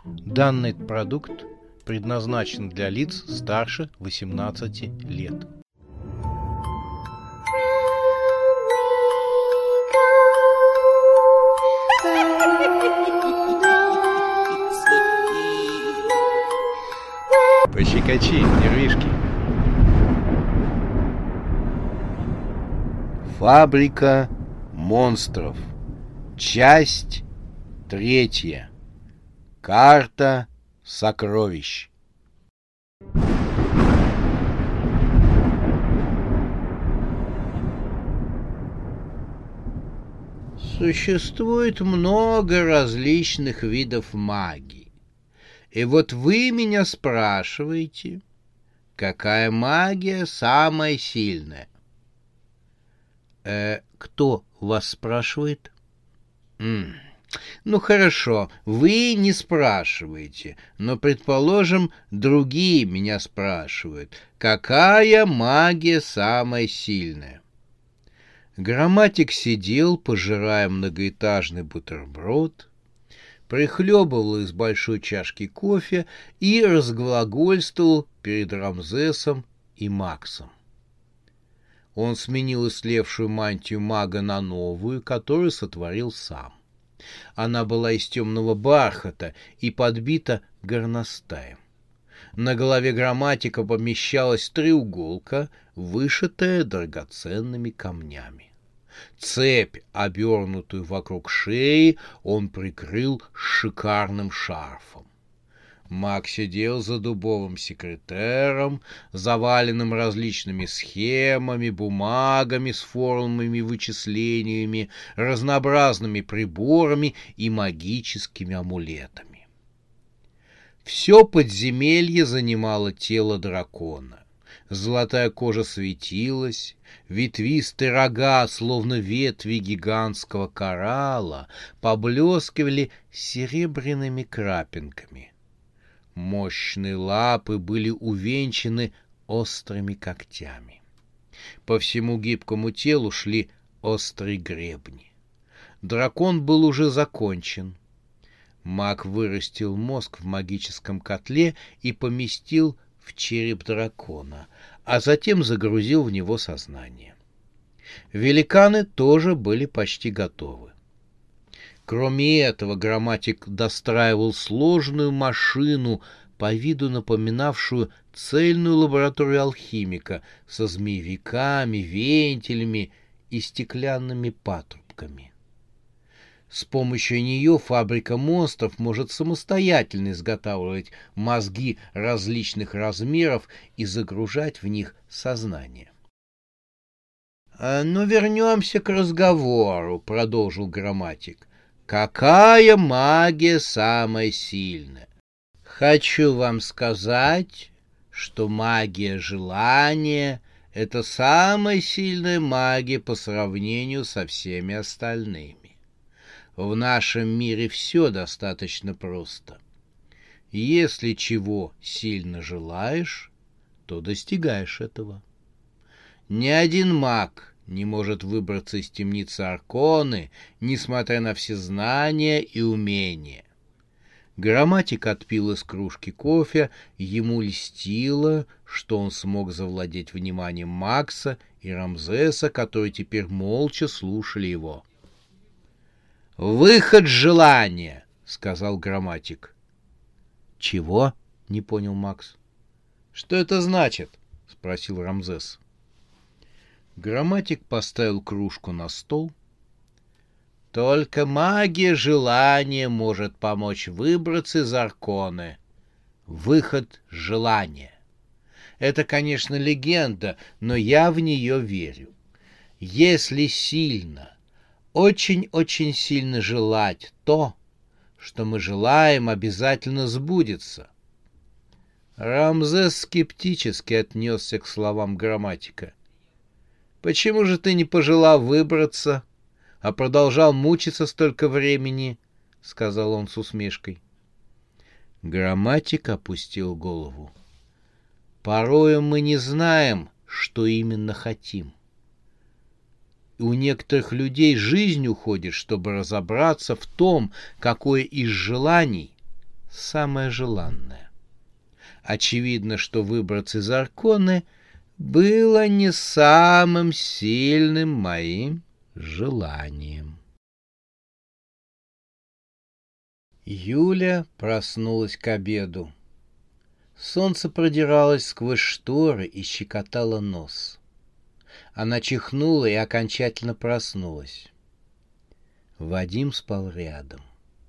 Данный продукт предназначен для лиц старше 18 лет. Пощекочи, нервишки. Фабрика монстров. Часть 3. Карта сокровищ. Существует много различных видов магии. И вот вы меня спрашиваете, какая магия самая сильная? Кто вас спрашивает? Ну хорошо, вы не спрашиваете, но, предположим, другие меня спрашивают, какая магия самая сильная? Грамматик сидел, пожирая многоэтажный бутерброд, прихлебывал из большой чашки кофе и разглагольствовал перед Рамзесом и Максом. Он сменил истлевшую мантию мага на новую, которую сотворил сам. Она была из темного бархата и подбита горностаем. На голове грамматика помещалась треуголка, вышитая драгоценными камнями. Цепь, обернутую вокруг шеи, он прикрыл шикарным шарфом. Маг сидел за дубовым секретером, заваленным различными схемами, бумагами с формулами, вычислениями, разнообразными приборами и магическими амулетами. Все подземелье занимало тело дракона. Золотая кожа светилась, ветвистые рога, словно ветви гигантского коралла, поблескивали серебряными крапинками. Мощные лапы были увенчаны острыми когтями. По всему гибкому телу шли острые гребни. Дракон был уже закончен. Маг вырастил мозг в магическом котле и поместил в череп дракона, а затем загрузил в него сознание. Великаны тоже были почти готовы. Кроме этого, грамматик достраивал сложную машину, по виду напоминавшую цельную лабораторию алхимика со змеевиками, вентилями и стеклянными патрубками. С помощью нее фабрика монстров может самостоятельно изготавливать мозги различных размеров и загружать в них сознание. «Но вернемся к разговору», — продолжил грамматик. «Какая магия самая сильная? Хочу вам сказать, что магия желания — это самая сильная магия по сравнению со всеми остальными. В нашем мире все достаточно просто. Если чего сильно желаешь, то достигаешь этого. Ни один маг не может выбраться из темницы Арконы, несмотря на все знания и умения». Грамматик отпил из кружки кофе, ему льстило, что он смог завладеть вниманием Макса и Рамзеса, которые теперь молча слушали его. «Выход желания», — сказал грамматик. «Чего?» — не понял Макс. «Что это значит?» — спросил Рамзес. Грамматик поставил кружку на стол. «Только магия желания может помочь выбраться из Арконы. Выход желания. Это, конечно, легенда, но я в нее верю. Если сильно, очень-очень сильно желать то, что мы желаем, обязательно сбудется». Рамзес скептически отнесся к словам грамматика. «Почему же ты не пожелал выбраться, а продолжал мучиться столько времени?» — сказал он с усмешкой. Грамматик опустил голову. «Порою мы не знаем, что именно хотим. У некоторых людей жизнь уходит, чтобы разобраться в том, какое из желаний самое желанное. Очевидно, что выбраться из Арконы было не самым сильным моим желанием. Юля проснулась к обеду. Солнце продиралось сквозь шторы и щекотало нос. Она чихнула и окончательно проснулась. Вадим спал рядом.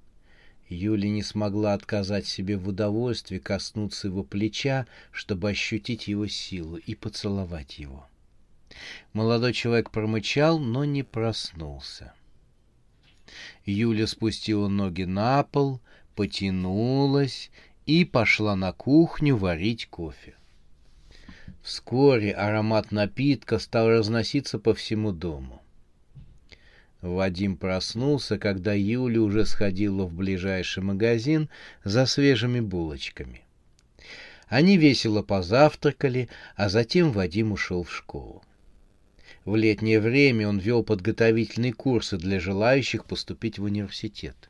Юля не смогла отказать себе в удовольствии коснуться его плеча, чтобы ощутить его силу и поцеловать его. Молодой человек промычал, но не проснулся. Юля спустила ноги на пол, потянулась и пошла на кухню варить кофе. Вскоре аромат напитка стал разноситься по всему дому. Вадим проснулся, когда Юля уже сходила в ближайший магазин за свежими булочками. Они весело позавтракали, а затем Вадим ушел в школу. В летнее время он вел подготовительные курсы для желающих поступить в университет.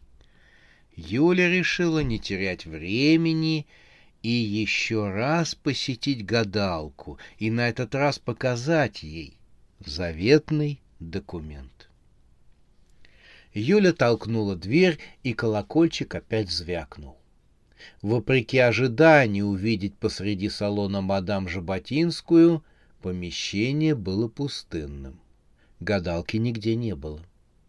Юля решила не терять времени и еще раз посетить гадалку, и на этот раз показать ей заветный документ. Юля толкнула дверь, и колокольчик опять звякнул. Вопреки ожиданию увидеть посреди салона мадам Жаботинскую, помещение было пустынным. Гадалки нигде не было.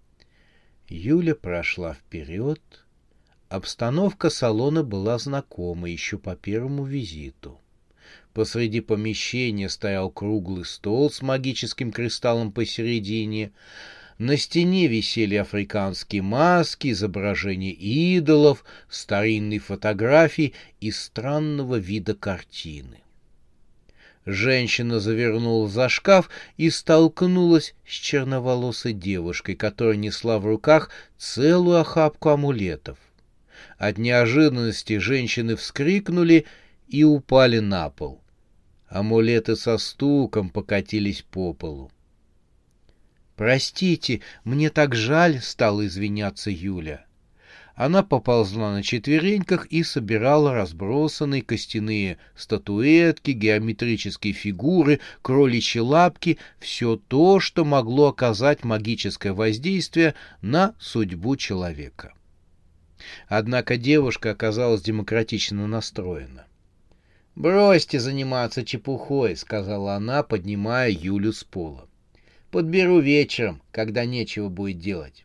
Юля прошла вперед. Обстановка салона была знакома еще по первому визиту. Посреди помещения стоял круглый стол с магическим кристаллом посередине. На стене висели африканские маски, изображения идолов, старинные фотографии и странного вида картины. Женщина завернула за шкаф и столкнулась с черноволосой девушкой, которая несла в руках целую охапку амулетов. От неожиданности женщины вскрикнули и упали на пол. Амулеты со стуком покатились по полу. «Простите, мне так жаль», — стала извиняться Юля. Она поползла на четвереньках и собирала разбросанные костяные статуэтки, геометрические фигуры, кроличьи лапки, все то, что могло оказать магическое воздействие на судьбу человека. Однако девушка оказалась демократично настроена. «Бросьте заниматься чепухой», — сказала она, поднимая Юлю с пола. «Подберу вечером, когда нечего будет делать».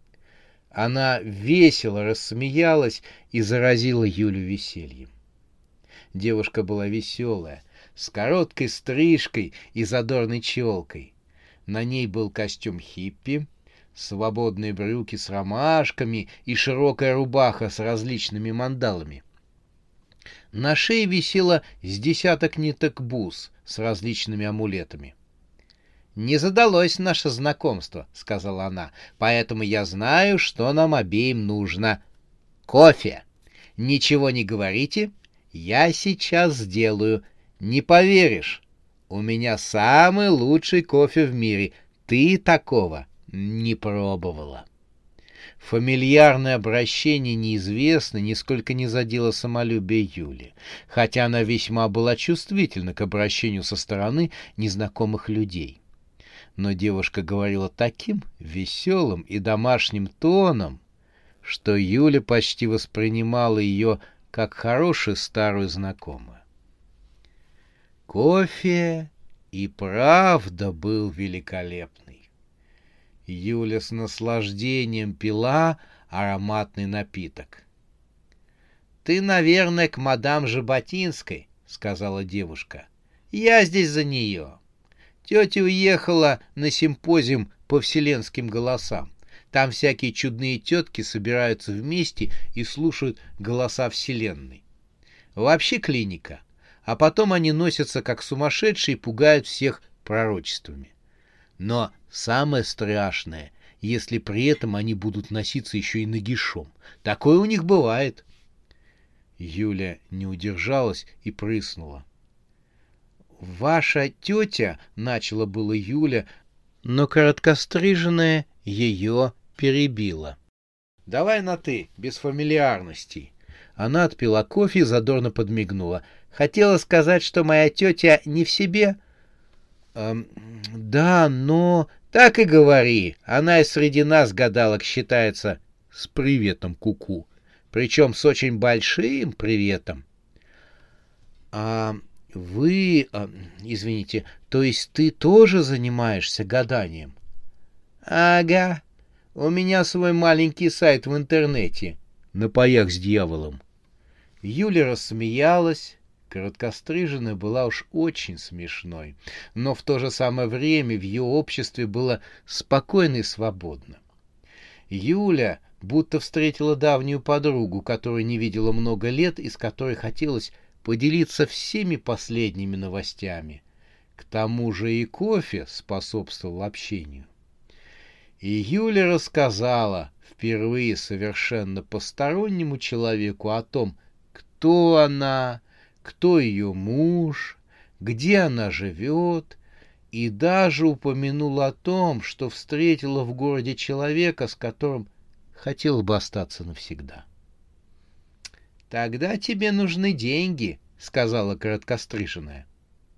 Она весело рассмеялась и заразила Юлю весельем. Девушка была веселая, с короткой стрижкой и задорной челкой. На ней был костюм хиппи, свободные брюки с ромашками и широкая рубаха с различными мандалами. На шее висело с десяток ниток бус с различными амулетами. «Не задалось наше знакомство», — сказала она, — «поэтому я знаю, что нам обеим нужно. Кофе. Ничего не говорите, я сейчас сделаю. Не поверишь, у меня самый лучший кофе в мире. Ты такого не пробовала». Фамильярное обращение неизвестно нисколько не задело самолюбие Юли, хотя она весьма была чувствительна к обращению со стороны незнакомых людей. Но девушка говорила таким веселым и домашним тоном, что Юля почти воспринимала ее как хорошую старую знакомую. Кофе и правда был великолепный. Юля с наслаждением пила ароматный напиток. «Ты, наверное, к мадам Жаботинской», — сказала девушка. «Я здесь за нее. Тетя уехала на симпозиум по вселенским голосам. Там всякие чудные тетки собираются вместе и слушают голоса Вселенной. Вообще клиника. А потом они носятся как сумасшедшие и пугают всех пророчествами. Но самое страшное, если при этом они будут носиться еще и нагишом. Такое у них бывает». Юля не удержалась и прыснула. «Ваша тетя», — начала было Юля, но короткостриженная ее перебила. «Давай на «ты», без фамильярностей. Она отпила кофе и задорно подмигнула. «Хотела сказать, что моя тетя не в себе?» «Да, но...» «Так и говори. Она и среди нас, гадалок, считается с приветом куку. Причем с очень большим приветом». «А вы... извините, то есть ты тоже занимаешься гаданием?» «Ага. У меня свой маленький сайт в интернете. На паях с дьяволом». Юля рассмеялась. Короткостриженная была уж очень смешной, но в то же самое время в ее обществе было спокойно и свободно. Юля будто встретила давнюю подругу, которую не видела много лет и с которой хотелось поделиться всеми последними новостями. К тому же и кофе способствовал общению. И Юля рассказала впервые совершенно постороннему человеку о том, кто она, кто ее муж, где она живет, и даже упомянула о том, что встретила в городе человека, с которым хотела бы остаться навсегда. «Тогда тебе нужны деньги», — сказала короткостриженная.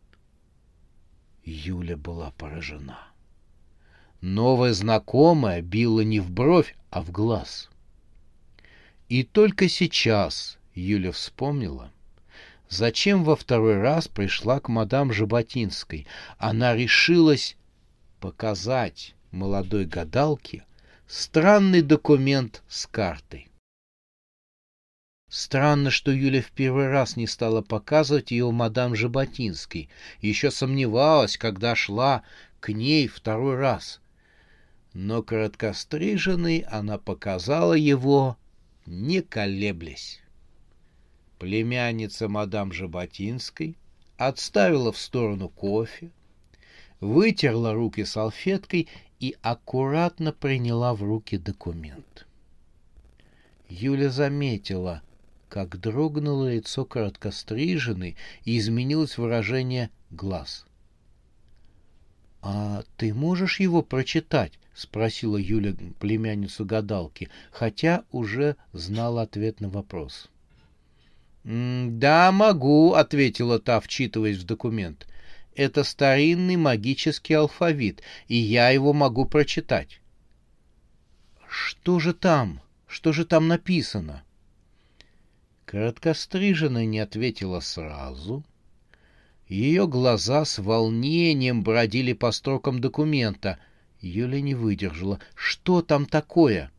Юля была поражена. Новая знакомая била не в бровь, а в глаз. И только сейчас Юля вспомнила, зачем во второй раз пришла к мадам Жаботинской. Она решилась показать молодой гадалке странный документ с картой. Странно, что Юля в первый раз не стала показывать ее мадам Жаботинской. Еще сомневалась, когда шла к ней второй раз. Но короткостриженной она показала его, не колеблясь. Племянница мадам Жаботинской отставила в сторону кофе, вытерла руки салфеткой и аккуратно приняла в руки документ. Юля заметила, как дрогнуло лицо короткостриженной и изменилось выражение глаз. — А ты можешь его прочитать? — спросила Юля племянницу гадалки, хотя уже знала ответ на вопрос. «Да, могу», — ответила та, вчитываясь в документ. «Это старинный магический алфавит, и я его могу прочитать». «Что же там? Что же там написано?» Короткостриженная не ответила сразу. Ее глаза с волнением бродили по строкам документа. Юля не выдержала. «Что там такое?»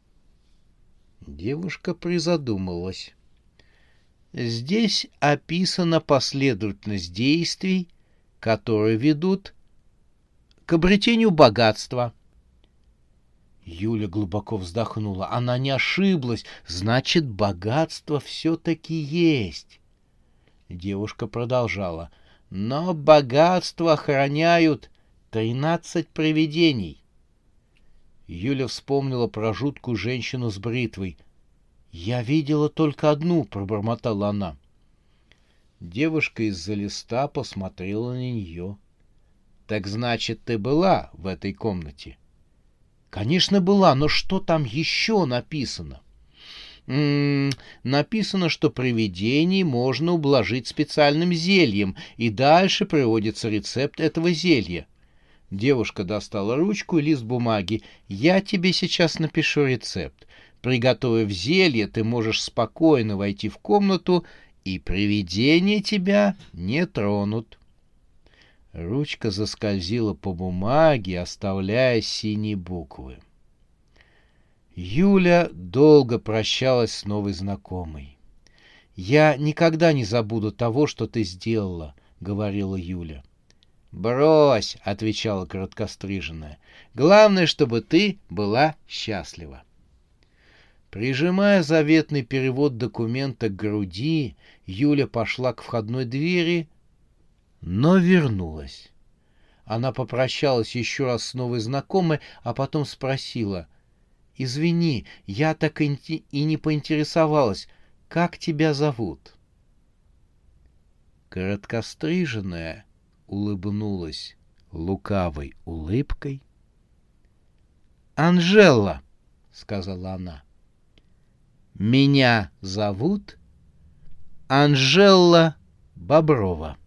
Девушка призадумалась. Здесь описана последовательность действий, которые ведут к обретению богатства. Юля глубоко вздохнула. Она не ошиблась. Значит, богатство все-таки есть. Девушка продолжала. Но богатство охраняют 13 привидений. Юля вспомнила про жуткую женщину с бритвой. «Я видела только одну», — пробормотала она. Девушка из-за листа посмотрела на нее. «Так значит, ты была в этой комнате?» «Конечно, была, но что там еще написано?» Написано, что привидений можно ублажить специальным зельем, и дальше приводится рецепт этого зелья». Девушка достала ручку и лист бумаги. «Я тебе сейчас напишу рецепт. Приготовив зелье, ты можешь спокойно войти в комнату, и привидения тебя не тронут». Ручка заскользила по бумаге, оставляя синие буквы. Юля долго прощалась с новой знакомой. «Я никогда не забуду того, что ты сделала», — говорила Юля. «Брось», — отвечала короткостриженная. «Главное, чтобы ты была счастлива». Прижимая заветный перевод документа к груди, Юля пошла к входной двери, но вернулась. Она попрощалась еще раз с новой знакомой, а потом спросила: «Извини, я так и не поинтересовалась, как тебя зовут?» Короткостриженная улыбнулась лукавой улыбкой. «Анжела», — сказала она. Меня зовут Анжела Боброва.